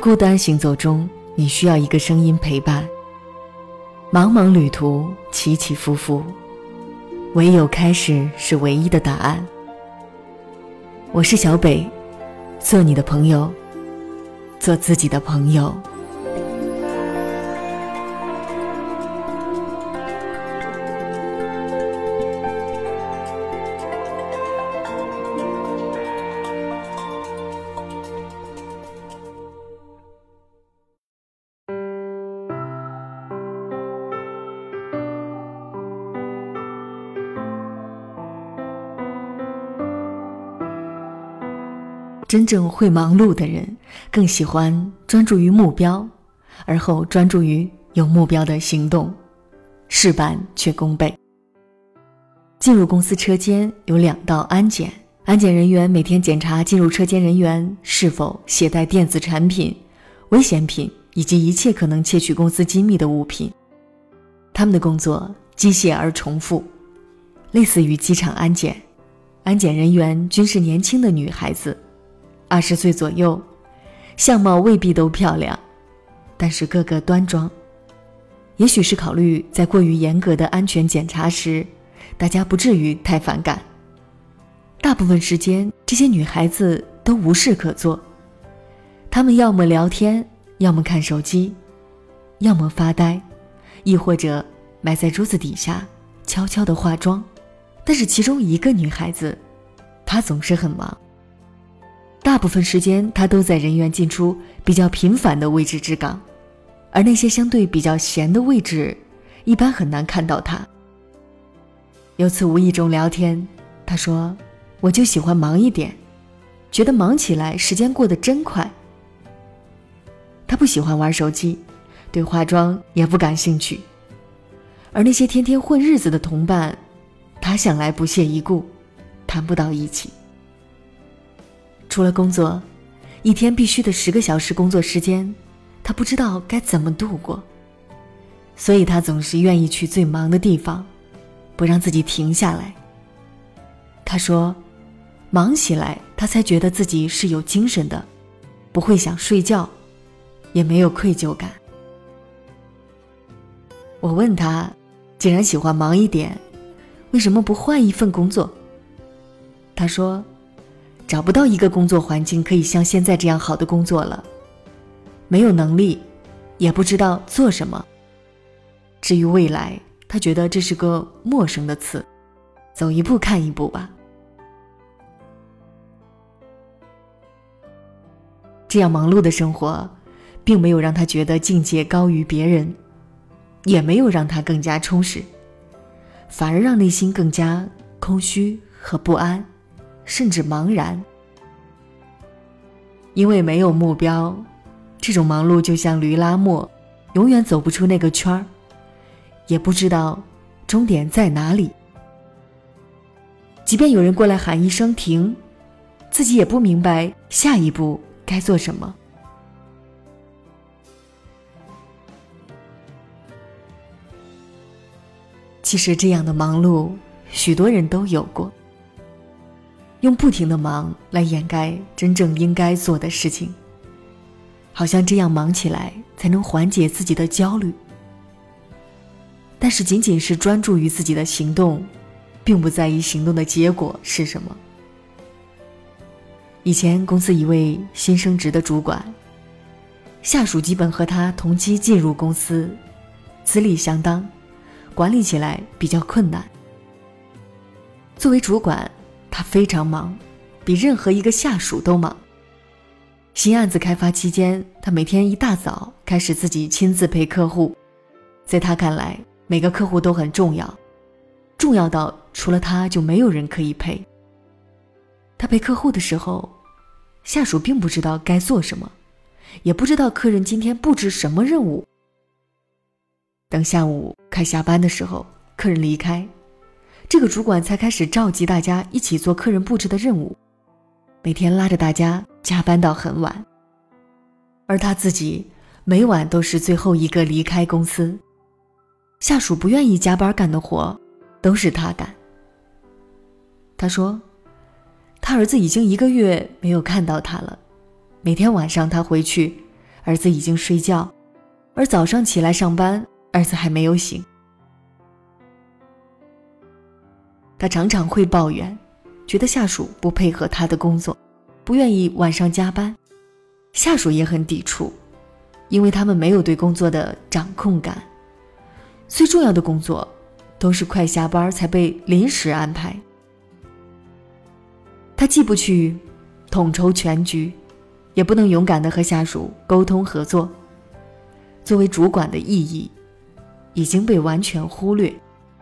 孤单行走中，你需要一个声音陪伴。茫茫旅途，起起伏伏，唯有开始是唯一的答案。我是小北，做你的朋友，做自己的朋友。真正会忙碌的人，更喜欢专注于目标，而后专注于有目标的行动，事半却功倍。进入公司车间有2道安检，安检人员每天检查进入车间人员是否携带电子产品、危险品以及一切可能窃取公司机密的物品。他们的工作机械而重复，类似于机场安检。安检人员均是年轻的女孩子，20岁左右，相貌未必都漂亮，但是个个端庄。也许是考虑在过于严格的安全检查时，大家不至于太反感。大部分时间，这些女孩子都无事可做，她们要么聊天，要么看手机，要么发呆，亦或者埋在桌子底下悄悄地化妆。但是其中一个女孩子，她总是很忙，大部分时间她都在人员进出比较频繁的位置之岗，而那些相对比较闲的位置一般很难看到她。有次无意中聊天，她说，我就喜欢忙一点，觉得忙起来时间过得真快。她不喜欢玩手机，对化妆也不感兴趣，而那些天天混日子的同伴，她向来不屑一顾，谈不到一起。除了工作，一天必须的10个小时工作时间，他不知道该怎么度过，所以他总是愿意去最忙的地方，不让自己停下来。他说，忙起来他才觉得自己是有精神的，不会想睡觉，也没有愧疚感。我问他，既然喜欢忙一点，为什么不换一份工作？他说，找不到一个工作环境可以像现在这样好的工作了，没有能力，也不知道做什么。至于未来，他觉得这是个陌生的词，走一步看一步吧。这样忙碌的生活，并没有让他觉得境界高于别人，也没有让他更加充实，反而让内心更加空虚和不安，甚至茫然。因为没有目标，这种忙碌就像驴拉磨，永远走不出那个圈儿，也不知道终点在哪里。即便有人过来喊一声停，自己也不明白下一步该做什么。其实这样的忙碌，许多人都有过，用不停的忙来掩盖真正应该做的事情，好像这样忙起来才能缓解自己的焦虑。但是仅仅是专注于自己的行动，并不在意行动的结果是什么。以前公司一位新升职的主管，下属基本和他同期进入公司，资历相当，管理起来比较困难。作为主管，他非常忙，比任何一个下属都忙。新案子开发期间，他每天一大早开始自己亲自陪客户。在他看来，每个客户都很重要，重要到除了他就没有人可以陪。他陪客户的时候，下属并不知道该做什么，也不知道客人今天布置什么任务。等下午快下班的时候，客人离开，这个主管才开始召集大家一起做客人布置的任务，每天拉着大家加班到很晚，而他自己每晚都是最后一个离开公司。下属不愿意加班干的活，都是他干。他说，他儿子已经1个月没有看到他了，每天晚上他回去， 儿子已经睡觉，而早上起来上班，儿子还没有醒。他常常会抱怨，觉得下属不配合他的工作，不愿意晚上加班。下属也很抵触，因为他们没有对工作的掌控感，最重要的工作都是快下班才被临时安排。他既不去统筹全局，也不能勇敢地和下属沟通合作，作为主管的意义已经被完全忽略。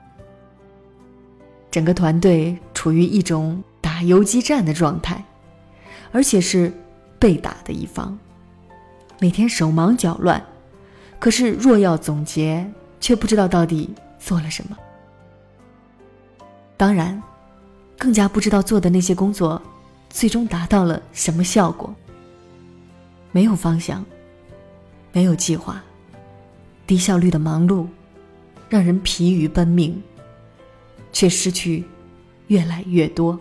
整个团队处于一种打游击战的状态，而且是被打的一方，每天手忙脚乱，可是若要总结，却不知道到底做了什么。当然，更加不知道做的那些工作最终达到了什么效果。没有方向，没有计划，低效率的忙碌让人疲于奔命，却失去越来越多。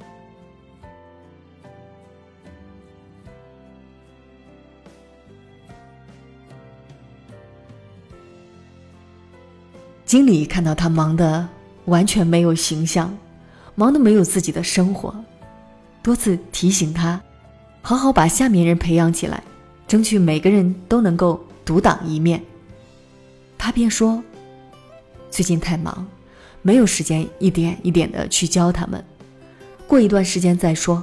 经理看到他忙得完全没有形象，忙得没有自己的生活，多次提醒他好好把下面人培养起来，争取每个人都能够独当一面。他便说，最近太忙，没有时间一点一点地去教他们，过一段时间再说。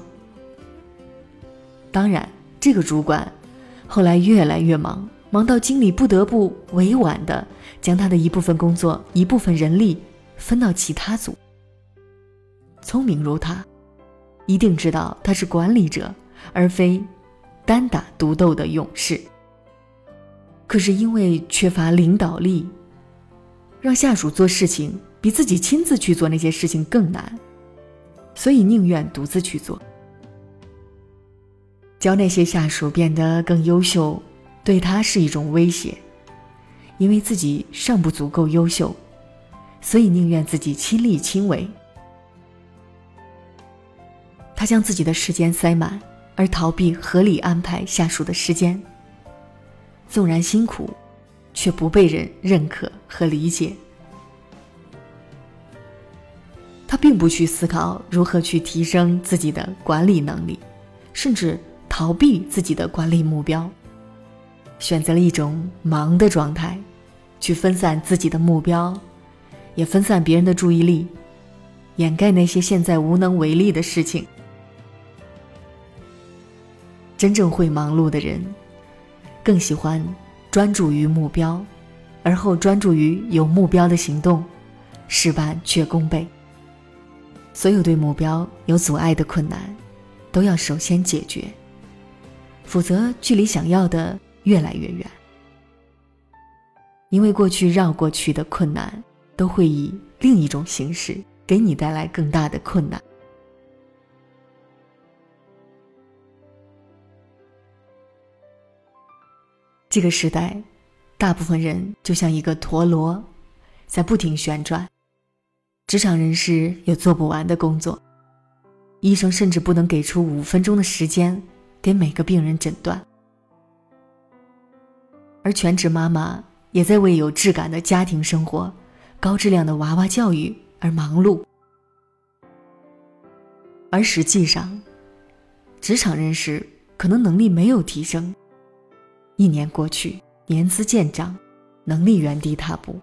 当然，这个主管后来越来越忙，忙到经理不得不委婉地将他的一部分工作、一部分人力分到其他组。聪明如他，一定知道他是管理者，而非单打独斗的勇士。可是因为缺乏领导力，让下属做事情比自己亲自去做那些事情更难，所以宁愿独自去做。教那些下属变得更优秀，对他是一种威胁，因为自己尚不足够优秀，所以宁愿自己亲力亲为。他将自己的时间塞满，而逃避合理安排下属的时间。纵然辛苦，却不被人认可和理解。他并不去思考如何去提升自己的管理能力，甚至逃避自己的管理目标，选择了一种忙的状态，去分散自己的目标，也分散别人的注意力，掩盖那些现在无能为力的事情。真正会忙碌的人，更喜欢专注于目标，而后专注于有目标的行动，事半却功倍。所有对目标有阻碍的困难，都要首先解决，否则距离想要的越来越远。因为过去绕过去的困难，都会以另一种形式给你带来更大的困难。这个时代，大部分人就像一个陀螺，在不停旋转。职场人士有做不完的工作，医生甚至不能给出5分钟的时间给每个病人诊断。而全职妈妈也在为有质感的家庭生活、高质量的娃娃教育而忙碌。而实际上，职场人士可能能力没有提升，1年过去，年资渐长，能力原地踏步。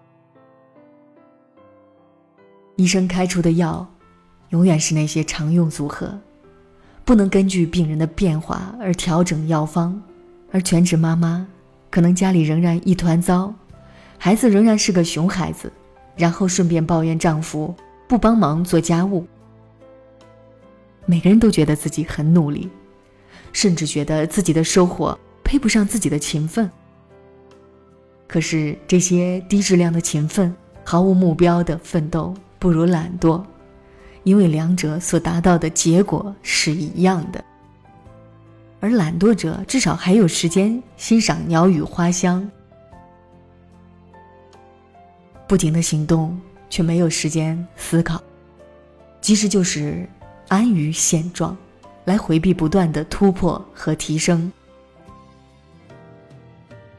医生开出的药永远是那些常用组合，不能根据病人的变化而调整药方。而全职妈妈可能家里仍然一团糟，孩子仍然是个熊孩子，然后顺便抱怨丈夫不帮忙做家务。每个人都觉得自己很努力，甚至觉得自己的收获配不上自己的勤奋。可是这些低质量的勤奋，毫无目标的奋斗，不如懒惰，因为两者所达到的结果是一样的。而懒惰者至少还有时间欣赏鸟语花香，不停的行动却没有时间思考，其实就是安于现状，来回避不断的突破和提升。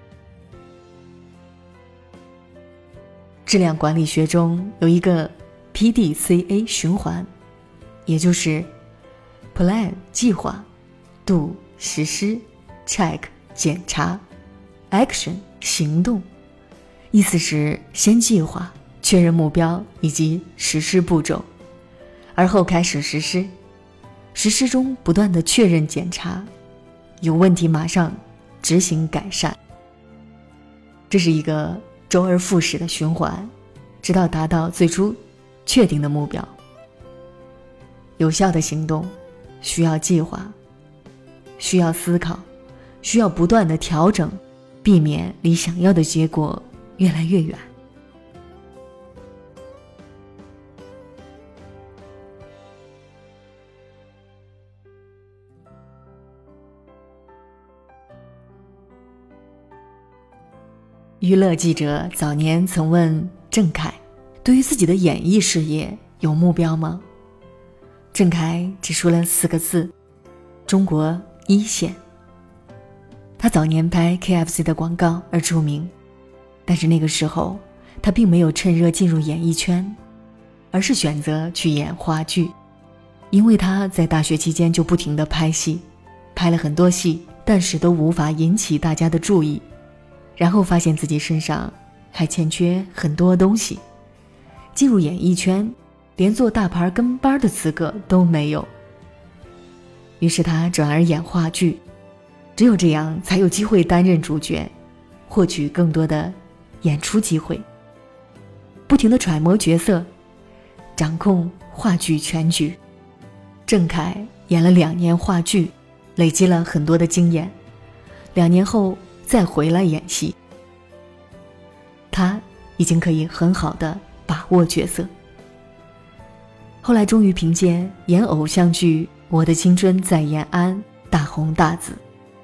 质量管理学中有一个 PDCA 循环，也就是 Plan 计划、Do 实施、Check 检查、Action 行动。意思是先计划、确认目标以及实施步骤，而后开始实施。实施中不断的确认检查，有问题马上执行改善。这是一个周而复始的循环，直到达到最初确定的目标。有效的行动需要计划，需要思考，需要不断的调整，避免离想要的结果越来越远。娱乐记者早年曾问郑恺，对于自己的演艺事业有目标吗？郑恺只说了4个字：中国一线。他早年拍 KFC 的广告而出名，但是那个时候他并没有趁热进入演艺圈，而是选择去演话剧。因为他在大学期间就不停地拍戏，拍了很多戏，但是都无法引起大家的注意，然后发现自己身上还欠缺很多东西，进入演艺圈连做大牌跟班的资格都没有。于是他转而演话剧，只有这样才有机会担任主角，获取更多的演出机会，不停地揣摩角色，掌控话剧全局。郑恺演了2年话剧，累积了很多的经验，2年后再回来演戏，他已经可以很好的把握角色。后来终于凭借演偶像剧《我的青春在延安》大红大紫。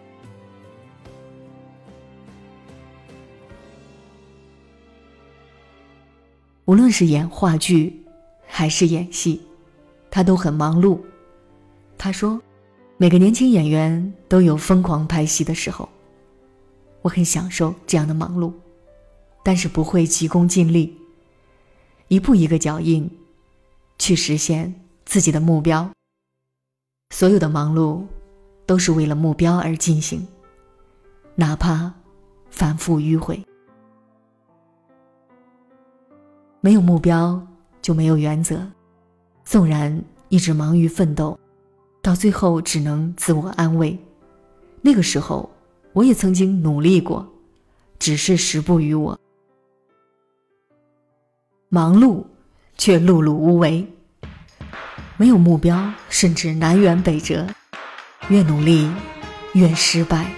无论是演话剧还是演戏，他都很忙碌。他说，每个年轻演员都有疯狂拍戏的时候，我很享受这样的忙碌，但是不会急功近利，一步一个脚印去实现自己的目标。所有的忙碌都是为了目标而进行，哪怕反复迂回。没有目标就没有原则，纵然一直忙于奋斗，到最后只能自我安慰。那个时候我也曾经努力过，只是时不与我。忙碌却碌碌无为，没有目标甚至南辕北辙，越努力越失败。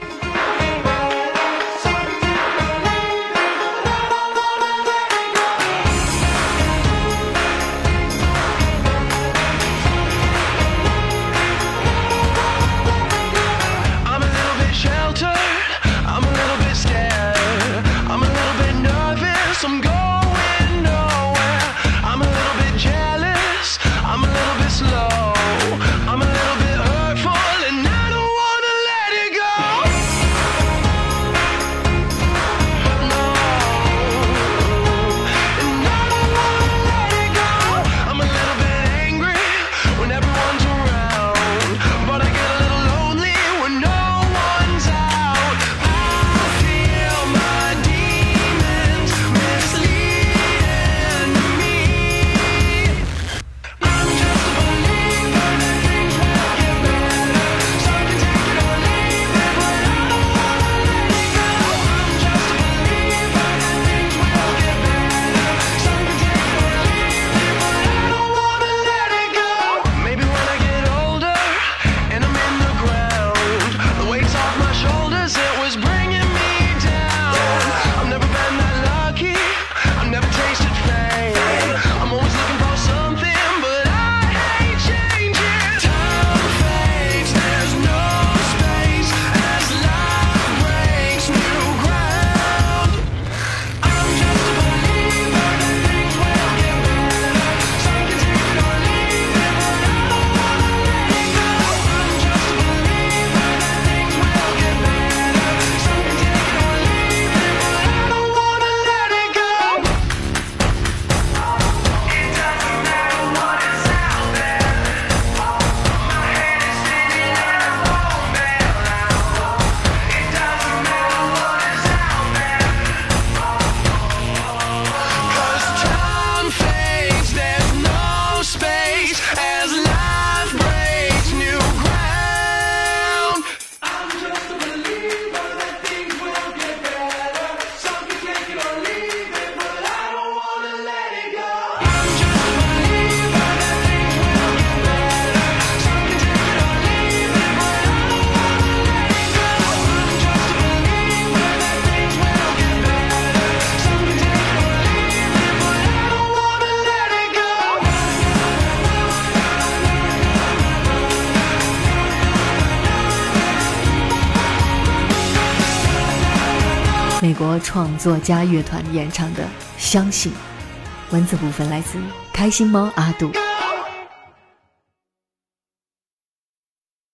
美国创作家乐团演唱的《相信》，文字部分来自开心猫阿杜。